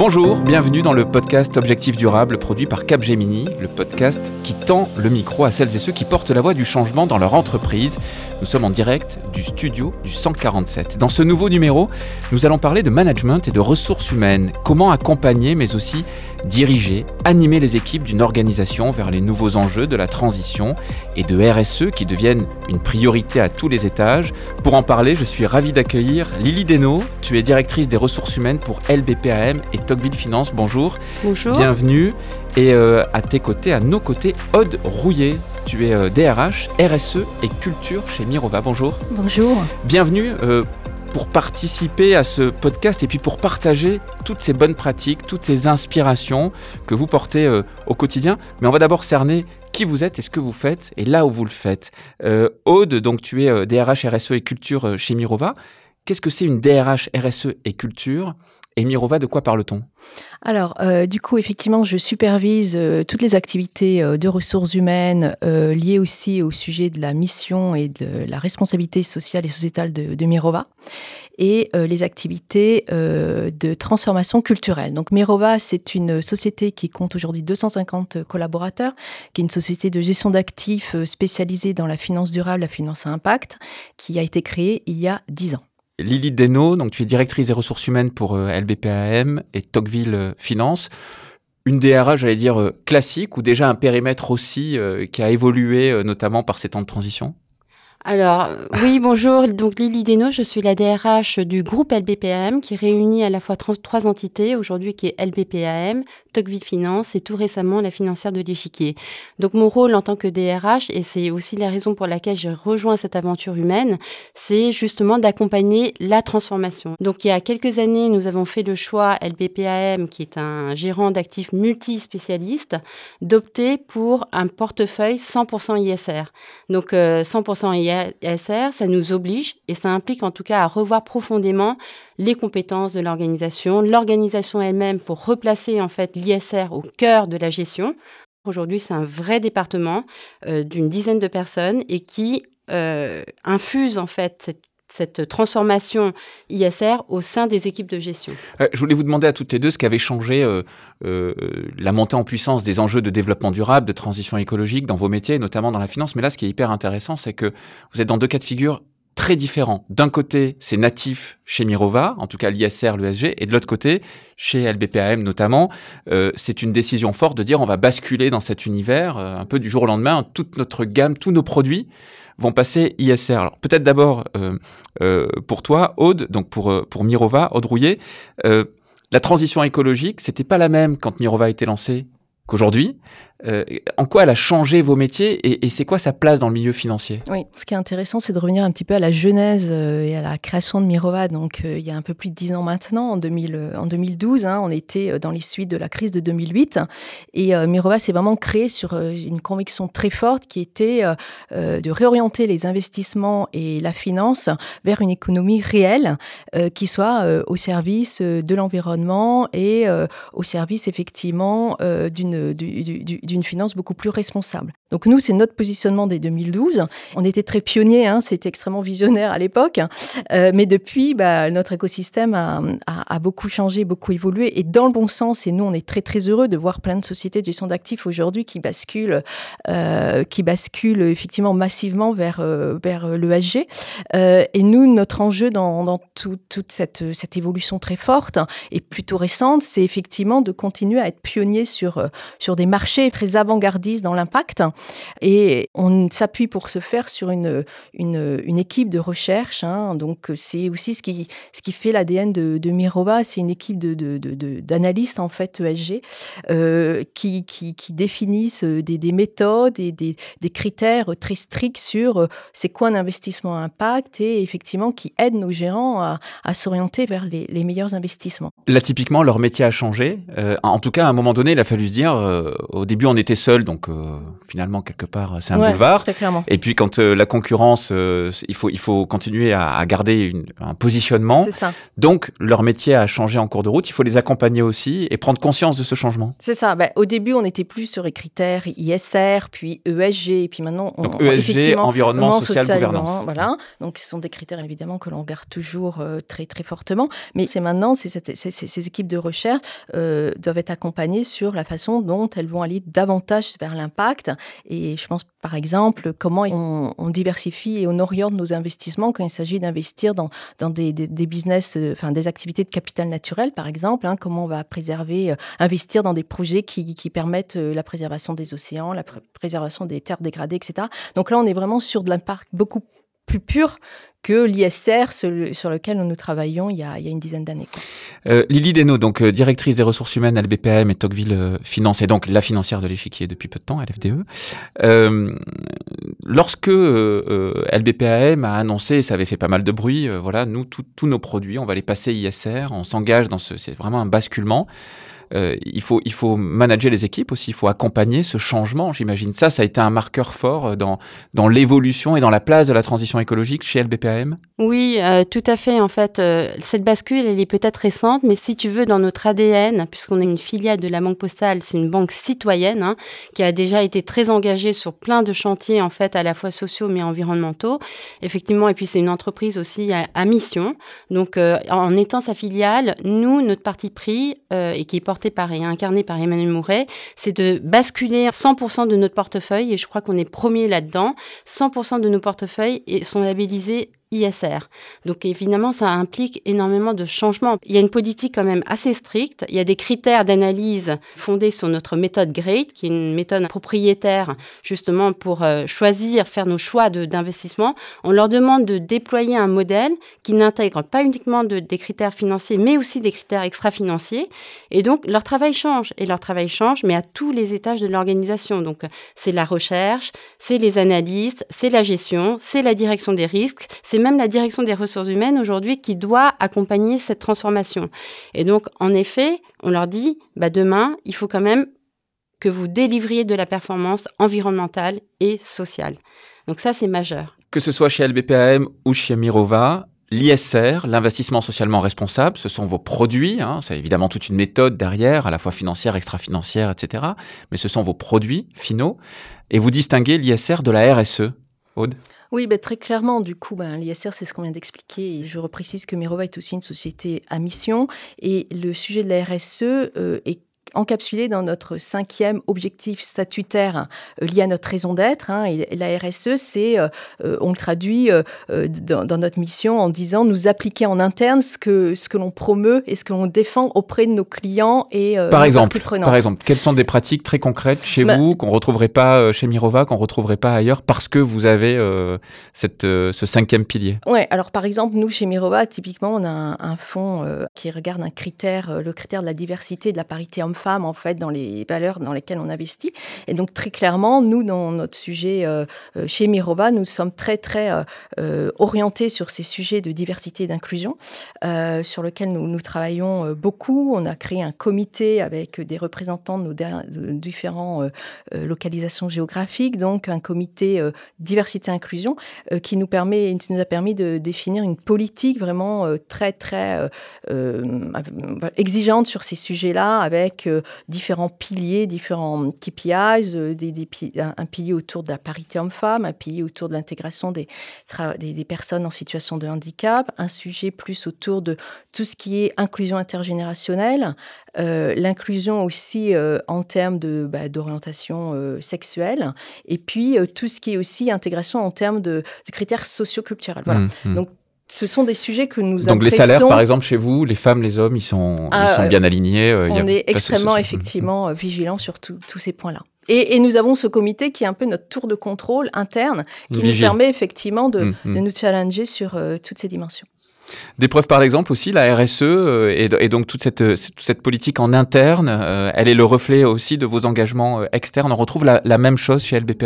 Bonjour, bienvenue dans le podcast Objectif Durable produit par Capgemini, le podcast qui tend le micro à celles et ceux qui portent la voix du changement dans leur entreprise. Nous sommes en direct du studio du 147. Dans ce nouveau numéro, nous allons parler de management et de ressources humaines. Comment accompagner, mais aussi diriger, animer les équipes d'une organisation vers les nouveaux enjeux de la transition et de RSE qui deviennent une priorité à tous les étages. Pour en parler, je suis ravi d'accueillir Lily Desnaux. Tu es directrice des ressources humaines pour LBPAM et Tocqueville Finance. Bonjour. Bonjour. Bienvenue. Et à tes côtés, à nos côtés, Aude Rouillet. Tu es DRH, RSE et culture chez Mirova. Bonjour. Bonjour. Bienvenue pour participer à ce podcast et puis pour partager toutes ces bonnes pratiques, toutes ces inspirations que vous portez au quotidien. Mais on va d'abord cerner qui vous êtes et ce que vous faites et là où vous le faites. Aude, donc tu es DRH, RSE et culture chez Mirova. Qu'est-ce que c'est une DRH, RSE et culture ? Et Mirova, de quoi parle-t-on ? Alors, du coup, effectivement, je supervise toutes les activités de ressources humaines liées aussi au sujet de la mission et de la responsabilité sociale et sociétale de Mirova et les activités de transformation culturelle. Donc, Mirova, c'est une société qui compte aujourd'hui 250 collaborateurs, qui est une société de gestion d'actifs spécialisée dans la finance durable, la finance à impact, qui a été créée il y a 10 ans. Lily Desnaux, donc tu es directrice des ressources humaines pour LBPAM et Tocqueville Finance. Une DRH, j'allais dire, classique ou déjà un périmètre aussi qui a évolué notamment par ces temps de transition ? Alors, oui, bonjour. Donc, Lily Desnaux, je suis la DRH du groupe LBPAM qui réunit à la fois trois entités, aujourd'hui qui est LBPAM, Tocqueville Finance et tout récemment la financière de l'Échiquier. Donc, mon rôle en tant que DRH, et c'est aussi la raison pour laquelle j'ai rejoint cette aventure humaine, c'est justement d'accompagner la transformation. Donc, il y a quelques années, nous avons fait le choix, LBPAM, qui est un gérant d'actifs multispécialistes, d'opter pour un portefeuille 100% ISR. Donc, 100% ISR, ça nous oblige et ça implique en tout cas à revoir profondément les compétences de l'organisation elle-même pour replacer en fait l'ISR au cœur de la gestion. Aujourd'hui, c'est un vrai département d'une dizaine de personnes et qui infuse en fait cette transformation ISR au sein des équipes de gestion. Je voulais vous demander à toutes les deux ce qu'avait changé la montée en puissance des enjeux de développement durable, de transition écologique dans vos métiers, notamment dans la finance. Mais là, ce qui est hyper intéressant, c'est que vous êtes dans deux cas de figure très différents. D'un côté, c'est natif chez Mirova, en tout cas l'ISR, l'ESG, et de l'autre côté, chez LBPAM notamment, c'est une décision forte de dire on va basculer dans cet univers un peu du jour au lendemain, toute notre gamme, tous nos produits vont passer ISR. Alors peut-être d'abord pour toi, Aude, donc pour Mirova, Aude Rouillet, la transition écologique, c'était pas la même quand Mirova a été lancée qu'aujourd'hui. En quoi elle a changé vos métiers et c'est quoi sa place dans le milieu financier ? Oui, ce qui est intéressant, c'est de revenir un petit peu à la genèse et à la création de Mirova. Donc, il y a un peu plus de 10 ans maintenant, en 2012, on était dans les suites de la crise de 2008. Et Mirova s'est vraiment créé sur une conviction très forte qui était de réorienter les investissements et la finance vers une économie réelle qui soit au service de l'environnement et au service, effectivement, d'une finance beaucoup plus responsable. Donc nous, c'est notre positionnement dès 2012. On était très pionniers, c'était extrêmement visionnaire à l'époque. Mais depuis, notre écosystème a beaucoup changé, beaucoup évolué et dans le bon sens. Et nous, on est très, très heureux de voir plein de sociétés de gestion d'actifs aujourd'hui qui basculent effectivement massivement vers l'ESG. Et nous, notre enjeu dans toute cette évolution très forte et plutôt récente, c'est effectivement de continuer à être pionnier sur des marchés très avant-gardistes dans l'impact. Et on s'appuie pour ce faire sur une équipe de recherche. Donc, c'est aussi ce qui fait l'ADN de Mirova. C'est une équipe d'analystes, en fait, ESG, qui définissent des méthodes et des critères très stricts sur c'est quoi un investissement à impact et effectivement qui aident nos gérants à s'orienter vers les meilleurs investissements. Là, typiquement, leur métier a changé. En tout cas, à un moment donné, il a fallu se dire, au début, on était seuls, donc finalement, finalement, quelque part, c'est un Ouais, boulevard. très clairement. Et puis, quand la concurrence, il faut continuer à garder un positionnement. C'est ça. Donc, leur métier a changé en cours de route. Il faut les accompagner aussi et prendre conscience de ce changement. C'est ça. Au début, on était plus sur les critères ISR, puis ESG, et puis maintenant, Donc, ESG, environnement, social, gouvernance. Voilà. Donc, ce sont des critères, évidemment, que l'on garde toujours très, très fortement. Mais c'est maintenant, ces équipes de recherche doivent être accompagnées sur la façon dont elles vont aller davantage vers l'impact. Et je pense, par exemple, comment on diversifie et on oriente nos investissements quand il s'agit d'investir dans des business, des activités de capital naturel, par exemple. Comment on va préserver, investir dans des projets qui permettent la préservation des océans, la préservation des terres dégradées, etc. Donc là, on est vraiment sur de l'impact beaucoup plus pur que l'ISR sur lequel nous travaillions il y a une dizaine d'années. Lily Desnos, donc directrice des ressources humaines à LBPM et Tocqueville Finance, et donc la financière de l'échiquier depuis peu de temps, LFDE. Lorsque LBPM a annoncé, ça avait fait pas mal de bruit, voilà, nous, tous nos produits, on va les passer ISR, on s'engage c'est vraiment un basculement. Il faut manager les équipes aussi, il faut accompagner ce changement. J'imagine ça a été un marqueur fort dans l'évolution et dans la place de la transition écologique chez LBPM. Oui, tout à fait. En fait, cette bascule, elle est peut-être récente, mais si tu veux, dans notre ADN, puisqu'on est une filiale de la Banque Postale, c'est une banque citoyenne qui a déjà été très engagée sur plein de chantiers, en fait, à la fois sociaux mais environnementaux. Effectivement, et puis c'est une entreprise aussi à mission. Donc, en étant sa filiale, nous, notre parti pris, et qui est porté et incarné par Emmanuel Mouret, c'est de basculer 100% de notre portefeuille, et je crois qu'on est premier là-dedans. 100% de nos portefeuilles sont labellisés ISR. Donc évidemment, ça implique énormément de changements. Il y a une politique quand même assez stricte. Il y a des critères d'analyse fondés sur notre méthode GREAT, qui est une méthode propriétaire justement pour choisir, faire nos choix d'investissement. On leur demande de déployer un modèle qui n'intègre pas uniquement des critères financiers, mais aussi des critères extra-financiers. Et donc, leur travail change. Et leur travail change, mais à tous les étages de l'organisation. Donc, c'est la recherche, c'est les analystes, c'est la gestion, c'est la direction des risques, c'est même la direction des ressources humaines aujourd'hui qui doit accompagner cette transformation. Et donc, en effet, on leur dit, demain, il faut quand même que vous délivriez de la performance environnementale et sociale. Donc ça, c'est majeur. Que ce soit chez LBPM ou chez Mirova, l'ISR, l'investissement socialement responsable, ce sont vos produits. C'est évidemment toute une méthode derrière, à la fois financière, extra-financière, etc. Mais ce sont vos produits finaux. Et vous distinguez l'ISR de la RSE, Aude ? Oui, très clairement, du coup, l'ISR, c'est ce qu'on vient d'expliquer. Et je reprécise que Mirova est aussi une société à mission. Et le sujet de la RSE est encapsulé dans notre 5e objectif statutaire lié à notre raison d'être. Et la RSE, on le traduit dans notre mission en disant nous appliquer en interne ce que l'on promeut et ce que l'on défend auprès de nos clients et parties prenantes. Par exemple, quelles sont des pratiques très concrètes chez vous qu'on ne retrouverait pas chez Mirova, qu'on ne retrouverait pas ailleurs parce que vous avez ce 5e pilier? Oui, alors par exemple, nous, chez Mirova, typiquement, on a un fonds qui regarde le critère de la diversité et de la parité homme-femme, en fait, dans les valeurs dans lesquelles on investit. Et donc, très clairement, nous, dans notre sujet chez Mirova, nous sommes très, très orientés sur ces sujets de diversité et d'inclusion, sur lesquels nous travaillons beaucoup. On a créé un comité avec des représentants de nos différentes localisations géographiques, donc un comité diversité-inclusion qui nous a permis de définir une politique vraiment très, très exigeante sur ces sujets-là, avec différents piliers, différents KPIs, un pilier autour de la parité homme-femme, un pilier autour de l'intégration des personnes en situation de handicap, un sujet plus autour de tout ce qui est inclusion intergénérationnelle, l'inclusion aussi en termes d'orientation sexuelle, et puis tout ce qui est aussi intégration en termes de critères socio-culturels. Voilà. Donc, ce sont des sujets que nous adressons. Donc les salaires, par exemple, chez vous, les femmes, les hommes, ils sont bien alignés. On est extrêmement, effectivement, vigilants sur tous ces points-là. Et nous avons ce comité qui est un peu notre tour de contrôle interne, qui nous permet effectivement de nous challenger sur toutes ces dimensions. Des preuves par l'exemple aussi, la RSE et donc toute cette politique en interne, elle est le reflet aussi de vos engagements externes. On retrouve la même chose chez LBPM, Lily ?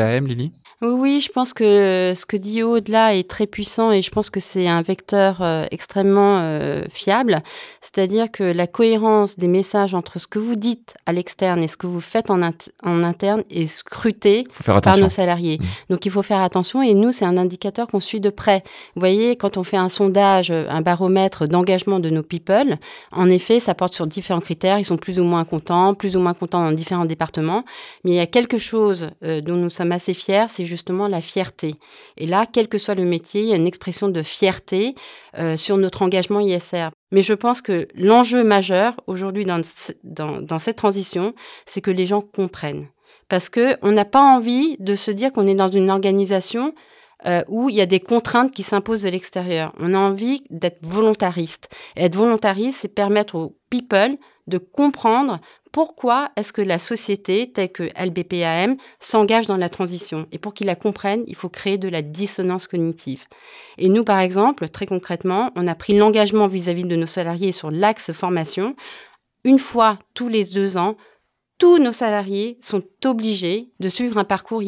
Oui, je pense que ce que dit Aude là est très puissant et je pense que c'est un vecteur extrêmement fiable. C'est-à-dire que la cohérence des messages entre ce que vous dites à l'externe et ce que vous faites en interne est scrutée par nos salariés. Donc, il faut faire attention et nous, c'est un indicateur qu'on suit de près. Vous voyez, quand on fait un sondage, un baromètre d'engagement de nos people, en effet, ça porte sur différents critères. Ils sont plus ou moins contents dans différents départements. Mais il y a quelque chose dont nous sommes assez fiers, c'est justement la fierté. Et là, quel que soit le métier, il y a une expression de fierté sur notre engagement ISR. Mais je pense que l'enjeu majeur aujourd'hui dans cette transition, c'est que les gens comprennent. Parce qu'on n'a pas envie de se dire qu'on est dans une organisation où il y a des contraintes qui s'imposent de l'extérieur. On a envie d'être volontariste. Et être volontariste, c'est permettre aux people de comprendre pourquoi est-ce que la société, telle que LBPAM, s'engage dans la transition. Et pour qu'ils la comprennent, il faut créer de la dissonance cognitive. Et nous, par exemple, très concrètement, on a pris l'engagement vis-à-vis de nos salariés sur l'axe formation. Une fois tous les 2 ans, tous nos salariés sont obligés de suivre un parcours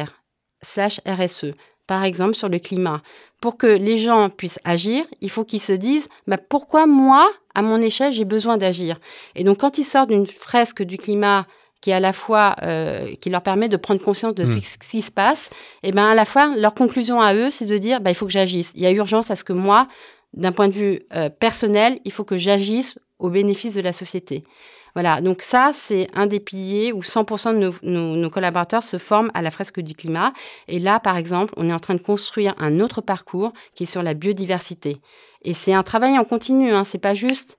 ISR/RSE. Par exemple, sur le climat. Pour que les gens puissent agir, il faut qu'ils se disent pourquoi moi, à mon échelle, j'ai besoin d'agir. Et donc, quand ils sortent d'une fresque du climat qui est à la fois qui leur permet de prendre conscience de ce qui se passe, et bien à la fois, leur conclusion à eux, c'est de dire il faut que j'agisse. Il y a urgence à ce que moi, d'un point de vue personnel, il faut que j'agisse au bénéfice de la société. Voilà, donc ça, c'est un des piliers où 100% de nos collaborateurs se forment à la fresque du climat. Et là, par exemple, on est en train de construire un autre parcours qui est sur la biodiversité. Et c'est un travail en continu, c'est pas juste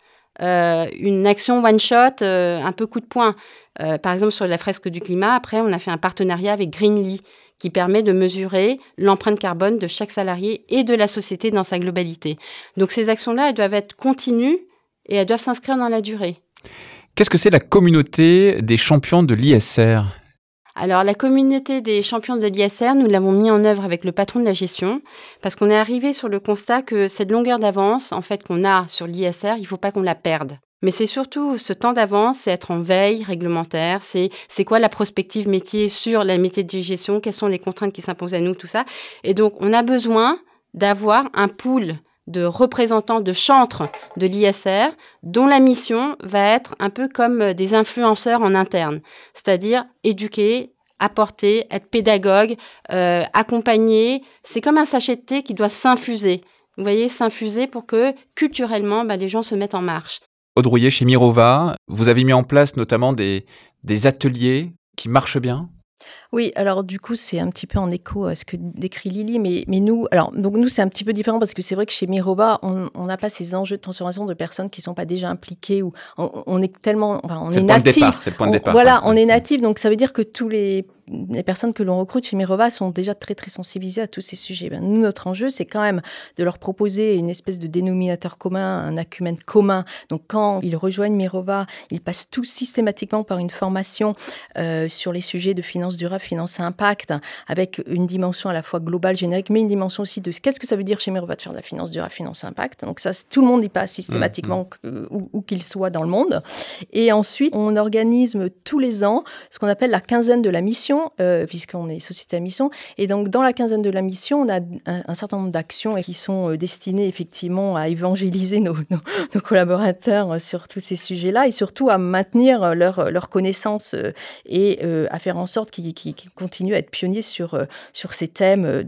une action one-shot, un peu coup de poing. Par exemple, sur la fresque du climat, après, on a fait un partenariat avec Greenly qui permet de mesurer l'empreinte carbone de chaque salarié et de la société dans sa globalité. Donc ces actions-là, elles doivent être continues et elles doivent s'inscrire dans la durée. Qu'est-ce que c'est la communauté des champions de l'ISR ? Alors, la communauté des champions de l'ISR, nous l'avons mis en œuvre avec le patron de la gestion parce qu'on est arrivé sur le constat que cette longueur d'avance, en fait, qu'on a sur l'ISR, il ne faut pas qu'on la perde. Mais c'est surtout ce temps d'avance, c'est être en veille réglementaire, c'est quoi la prospective métier sur la métier de gestion, quelles sont les contraintes qui s'imposent à nous, tout ça. Et donc, on a besoin d'avoir un pool de représentants, de chantres de l'ISR, dont la mission va être un peu comme des influenceurs en interne, c'est-à-dire éduquer, apporter, être pédagogue, accompagner. C'est comme un sachet de thé qui doit s'infuser. Vous voyez, s'infuser pour que culturellement, les gens se mettent en marche. Aude Rouillet, chez Mirova, vous avez mis en place notamment des ateliers qui marchent bien ? Oui, alors du coup, c'est un petit peu en écho à ce que décrit Lily, mais nous, nous, c'est un petit peu différent parce que c'est vrai que chez Mirova, on n'a pas ces enjeux de transformation de personnes qui ne sont pas déjà impliquées ou on est tellement, on est natif. C'est le point de départ. Voilà, on est natif, donc ça veut dire que tous les personnes que l'on recrute chez Mirova sont déjà très, très sensibilisées à tous ces sujets. Nous, notre enjeu, c'est quand même de leur proposer une espèce de dénominateur commun, un acumen commun. Donc, quand ils rejoignent Mirova, ils passent tous systématiquement par une formation sur les sujets de finance durable, finance à impact, avec une dimension à la fois globale, générique, mais une dimension aussi de qu'est-ce que ça veut dire chez Mirova de faire de la finance durable, finance à impact. Donc ça, tout le monde y passe systématiquement, où qu'il soit dans le monde. Et ensuite, on organise tous les ans ce qu'on appelle la quinzaine de la mission, puisqu'on est société à mission. Et donc, dans la quinzaine de la mission, on a un certain nombre d'actions qui sont destinées effectivement à évangéliser nos collaborateurs sur tous ces sujets-là et surtout à maintenir leur connaissance et à faire en sorte qu'ils continuent à être pionniers sur ces thèmes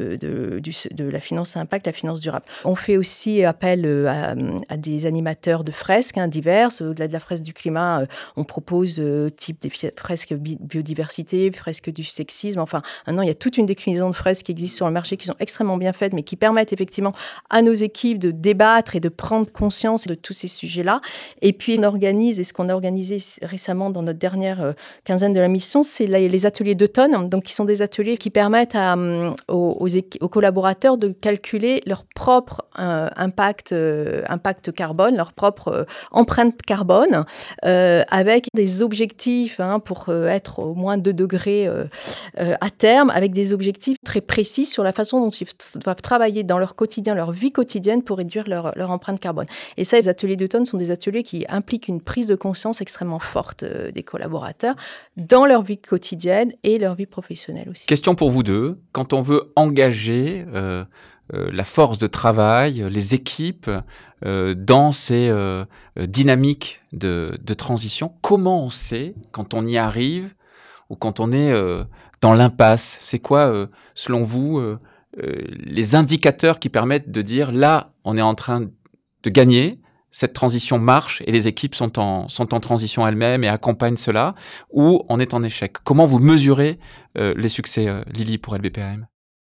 de la finance à impact, la finance durable. On fait aussi appel à des animateurs de fresques diverses. Au-delà de la fresque du climat, on propose type des fresques biodiversité, fresques du sexisme. Enfin, maintenant, il y a toute une déclinaison de fresques qui existent sur le marché qui sont extrêmement bien faites, mais qui permettent effectivement à nos équipes de débattre et de prendre conscience de tous ces sujets-là. Et puis, on organise, et ce qu'on a organisé récemment dans notre dernière quinzaine de la mission, c'est les ateliers d'automne, donc qui sont des ateliers qui permettent aux collaborateurs de calculer leur propre impact carbone, leur propre empreinte carbone, avec des objectifs pour être au moins 2 degrés mesurer à terme avec des objectifs très précis sur la façon dont ils doivent travailler dans leur quotidien, leur vie quotidienne pour réduire leur empreinte carbone. Et ça, les ateliers d'automne sont des ateliers qui impliquent une prise de conscience extrêmement forte des collaborateurs dans leur vie quotidienne et leur vie professionnelle aussi. Question pour vous deux. Quand on veut engager la force de travail, les équipes dans ces dynamiques de transition, comment on sait quand on y arrive ou quand on est dans l'impasse? C'est quoi, selon vous, les indicateurs qui permettent de dire là, on est en train de gagner, cette transition marche et les équipes sont en transition elles-mêmes et accompagnent cela, ou on est en échec? Comment vous mesurez les succès, Lily, pour LBPAM?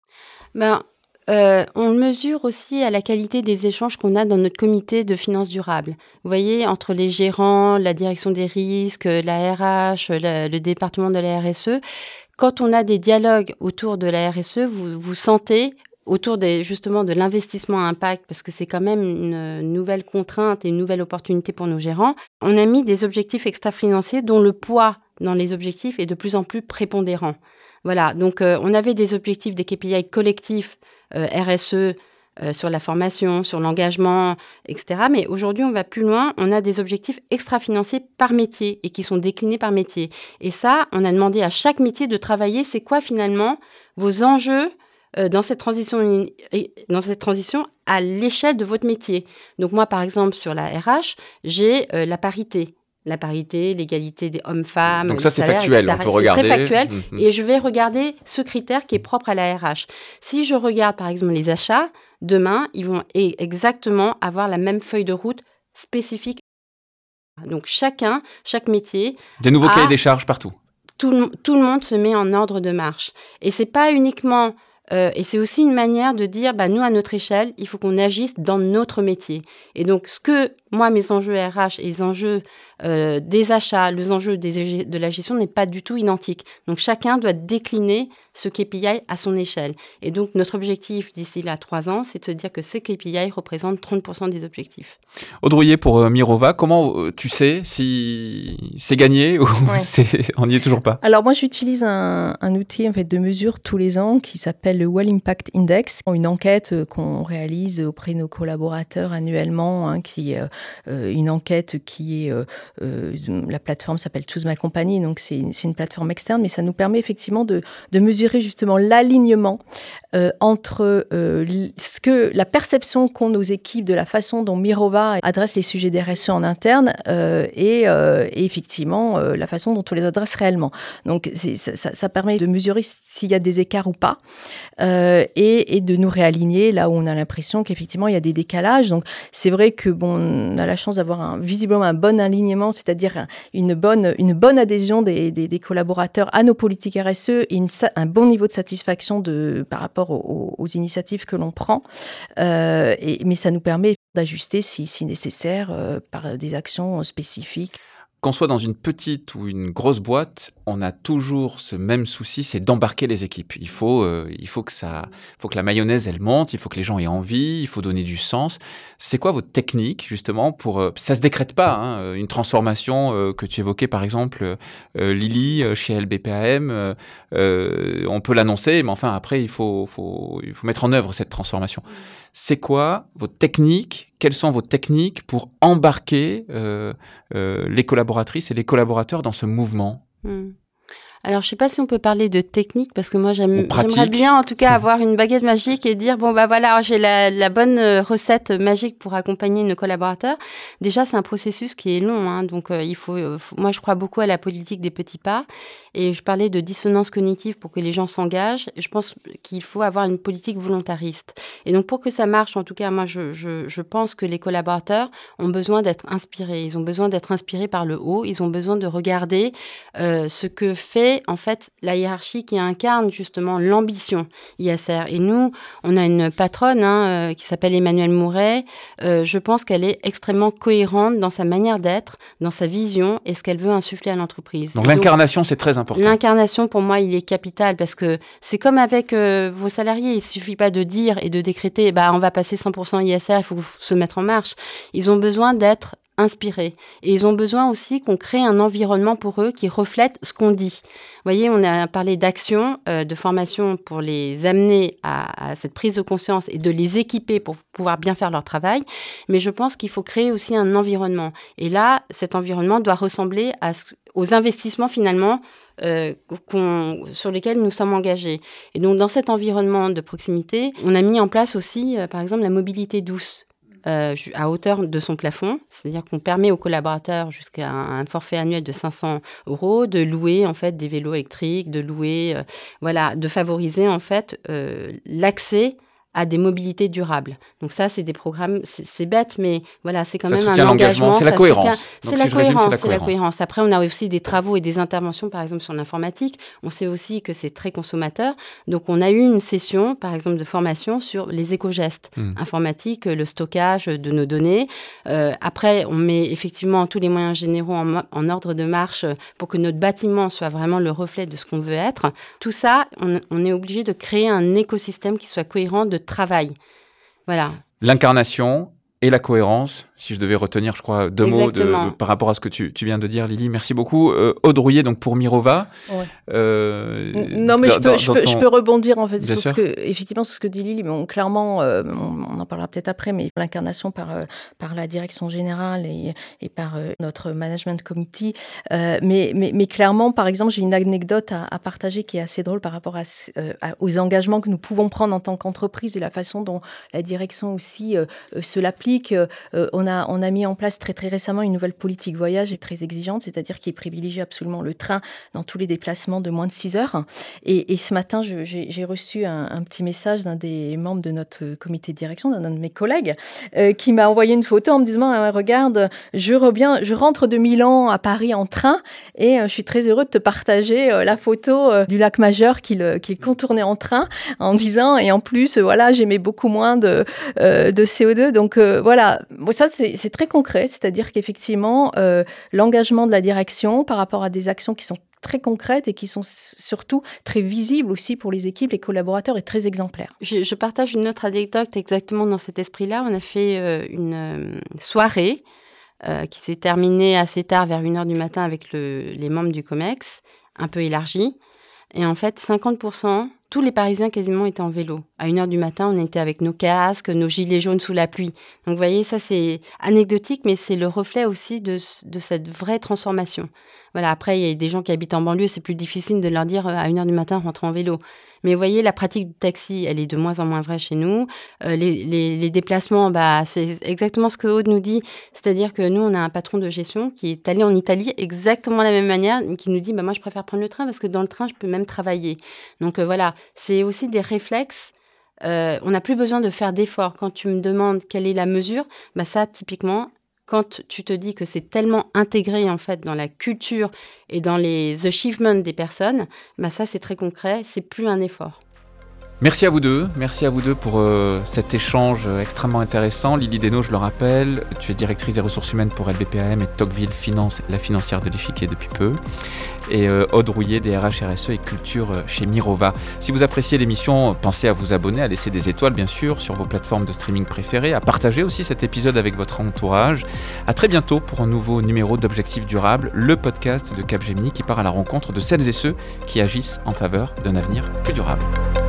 On le mesure aussi à la qualité des échanges qu'on a dans notre comité de finances durables. Vous voyez, entre les gérants, la direction des risques, la RH, le département de la RSE, quand on a des dialogues autour de la RSE, vous sentez autour justement de l'investissement à impact, parce que c'est quand même une nouvelle contrainte et une nouvelle opportunité pour nos gérants, on a mis des objectifs extra-financiers dont le poids dans les objectifs est de plus en plus prépondérant. Voilà, donc on avait des objectifs, des KPI collectifs, RSE, sur la formation, sur l'engagement, etc. Mais aujourd'hui, on va plus loin. On a des objectifs extra-financiers par métier et qui sont déclinés par métier. Et ça, on a demandé à chaque métier de travailler. C'est quoi finalement vos enjeux dans cette transition à l'échelle de votre métier? Donc moi, par exemple, sur la RH, j'ai la parité. La parité, l'égalité des hommes-femmes. Donc ça, c'est salaires, factuel, etc. on peut regarder. C'est très factuel. Et je vais regarder ce critère qui est propre à la RH. Si je regarde, par exemple, les achats, demain, ils vont exactement avoir la même feuille de route spécifique. Donc chaque métier... Des nouveaux cahiers des charges partout. Tout le monde se met en ordre de marche. Et c'est pas uniquement... et c'est aussi une manière de dire, nous, à notre échelle, il faut qu'on agisse dans notre métier. Et donc, moi, mes enjeux RH et les enjeux des achats, les enjeux de la gestion n'est pas du tout identique. Donc, chacun doit décliner ce KPI à son échelle. Et donc, notre objectif d'ici là 3 ans, c'est de se dire que ces KPI représentent 30% des objectifs. Aude Rouillet, pour Mirova, comment tu sais si c'est gagné ou on n'y est toujours pas? Alors, moi, j'utilise un outil en fait, de mesure tous les ans qui s'appelle le Well Impact Index, une enquête qu'on réalise auprès de nos collaborateurs annuellement, qui est une enquête qui est... la plateforme s'appelle Choose My Company, donc c'est une plateforme externe, mais ça nous permet effectivement de mesurer justement l'alignement entre la perception qu'ont nos équipes de la façon dont Mirova adresse les sujets des RSE en interne et effectivement la façon dont on les adresse réellement. Donc ça permet de mesurer s'il y a des écarts ou pas et de nous réaligner là où on a l'impression qu'effectivement il y a des décalages. Donc c'est vrai que on a la chance d'avoir visiblement un bon alignement, c'est-à-dire une bonne adhésion des collaborateurs à nos politiques RSE et un bon niveau de satisfaction par rapport aux initiatives que l'on prend. Mais ça nous permet d'ajuster si nécessaire par des actions spécifiques. Qu'on soit dans une petite ou une grosse boîte, on a toujours ce même souci, c'est d'embarquer les équipes. Il faut que la mayonnaise, elle monte, il faut que les gens aient envie, il faut donner du sens. C'est quoi votre technique, justement, ça se décrète pas, une transformation que tu évoquais, par exemple, Lily, chez LBPAM, on peut l'annoncer, mais enfin, après, il faut mettre en œuvre cette transformation. C'est quoi votre technique? Quelles sont vos techniques pour embarquer les collaboratrices et les collaborateurs dans ce mouvement? Alors, je ne sais pas si on peut parler de technique, parce que moi, j'aimerais bien, en tout cas, avoir une baguette magique et dire, voilà, j'ai la bonne recette magique pour accompagner nos collaborateurs. Déjà, c'est un processus qui est long, donc moi, je crois beaucoup à la politique des petits pas. Et je parlais de dissonance cognitive pour que les gens s'engagent. Je pense qu'il faut avoir une politique volontariste. Et donc, pour que ça marche, en tout cas, moi, je pense que les collaborateurs ont besoin d'être inspirés. Ils ont besoin d'être inspirés par le haut. Ils ont besoin de regarder ce que fait, en fait, la hiérarchie qui incarne justement l'ambition ISR. Et nous, on a une patronne qui s'appelle Emmanuelle Mouret. Je pense qu'elle est extrêmement cohérente dans sa manière d'être, dans sa vision et ce qu'elle veut insuffler à l'entreprise. Donc, l'incarnation, c'est très important. L'incarnation, pour moi, il est capital parce que c'est comme avec vos salariés. Il ne suffit pas de dire et de décréter on va passer 100% ISR, il faut se mettre en marche. Ils ont besoin d'être inspirer. Et ils ont besoin aussi qu'on crée un environnement pour eux qui reflète ce qu'on dit. Vous voyez, on a parlé d'action, de formation pour les amener à cette prise de conscience et de les équiper pour pouvoir bien faire leur travail. Mais je pense qu'il faut créer aussi un environnement. Et là, cet environnement doit ressembler aux investissements finalement sur lesquels nous sommes engagés. Et donc, dans cet environnement de proximité, on a mis en place aussi, par exemple, la mobilité douce. À hauteur de son plafond, c'est-à-dire qu'on permet aux collaborateurs jusqu'à un forfait annuel de 500 € de louer en fait des vélos électriques, de louer, de favoriser en fait l'accès à des mobilités durables. Donc ça, c'est des programmes, c'est bête, mais voilà, c'est quand même un engagement. C'est la cohérence. C'est la cohérence. Après, on a aussi des travaux et des interventions, par exemple, sur l'informatique. On sait aussi que c'est très consommateur. Donc, on a eu une session, par exemple, de formation sur les éco-gestes informatiques, le stockage de nos données. Après, on met effectivement tous les moyens généraux en ordre de marche pour que notre bâtiment soit vraiment le reflet de ce qu'on veut être. Tout ça, on est obligé de créer un écosystème qui soit cohérent de travail. Voilà. L'incarnation et la cohérence, si je devais retenir, je crois, deux mots par rapport à ce que tu viens de dire, Lily. Merci beaucoup. Aude Rouillet, donc pour Mirova. Ouais. Non, mais je peux rebondir en fait sur ce que dit Lily. Bon, clairement, on en parlera peut-être après, mais l'incarnation par la direction générale et par notre management committee. Mais clairement, par exemple, j'ai une anecdote à partager qui est assez drôle par rapport aux engagements que nous pouvons prendre en tant qu'entreprise et la façon dont la direction aussi se l'applique. On a mis en place très très récemment une nouvelle politique voyage très exigeante, c'est-à-dire qui privilégie absolument le train dans tous les déplacements de moins de 6 heures. Et ce matin, j'ai reçu un petit message d'un des membres de notre comité de direction, d'un de mes collègues, qui m'a envoyé une photo en me disant regarde, je rentre de Milan à Paris en train et je suis très heureux de te partager la photo du lac Majeur qu'il contournait en train, en disant et en plus j'émets beaucoup moins de CO2. Donc voilà, ça c'est très concret, c'est-à-dire qu'effectivement, l'engagement de la direction par rapport à des actions qui sont très concrètes et qui sont surtout très visibles aussi pour les équipes, les collaborateurs et très exemplaires. Je partage une autre anecdote exactement dans cet esprit-là. On a fait une soirée qui s'est terminée assez tard, vers 1h du matin, avec les membres du COMEX, un peu élargie. Et en fait, 50%, tous les Parisiens quasiment étaient en vélo. À 1h du matin, on était avec nos casques, nos gilets jaunes sous la pluie. Donc, vous voyez, ça, c'est anecdotique, mais c'est le reflet aussi de cette vraie transformation. Voilà, après, il y a des gens qui habitent en banlieue, c'est plus difficile de leur dire à 1h du matin, rentrez en vélo. Mais vous voyez, la pratique du taxi, elle est de moins en moins vraie chez nous. Les déplacements, c'est exactement ce que Aude nous dit. C'est-à-dire que nous, on a un patron de gestion qui est allé en Italie exactement de la même manière, qui nous dit moi, je préfère prendre le train parce que dans le train, je peux même travailler. Donc voilà, c'est aussi des réflexes. On n'a plus besoin de faire d'efforts. Quand tu me demandes quelle est la mesure, ça, typiquement, quand tu te dis que c'est tellement intégré en fait dans la culture et dans les achievements des personnes, ça c'est très concret, c'est plus un effort. Merci à vous deux pour cet échange extrêmement intéressant. Lily Desnos, je le rappelle, tu es directrice des ressources humaines pour LBPAM et Tocqueville Finance, la financière de l'échiquier depuis peu. Et Aude Rouillet, DRH RSE et culture chez Mirova. Si vous appréciez l'émission, pensez à vous abonner, à laisser des étoiles bien sûr sur vos plateformes de streaming préférées, à partager aussi cet épisode avec votre entourage. À très bientôt pour un nouveau numéro d'Objectifs Durables, le podcast de Capgemini qui part à la rencontre de celles et ceux qui agissent en faveur d'un avenir plus durable.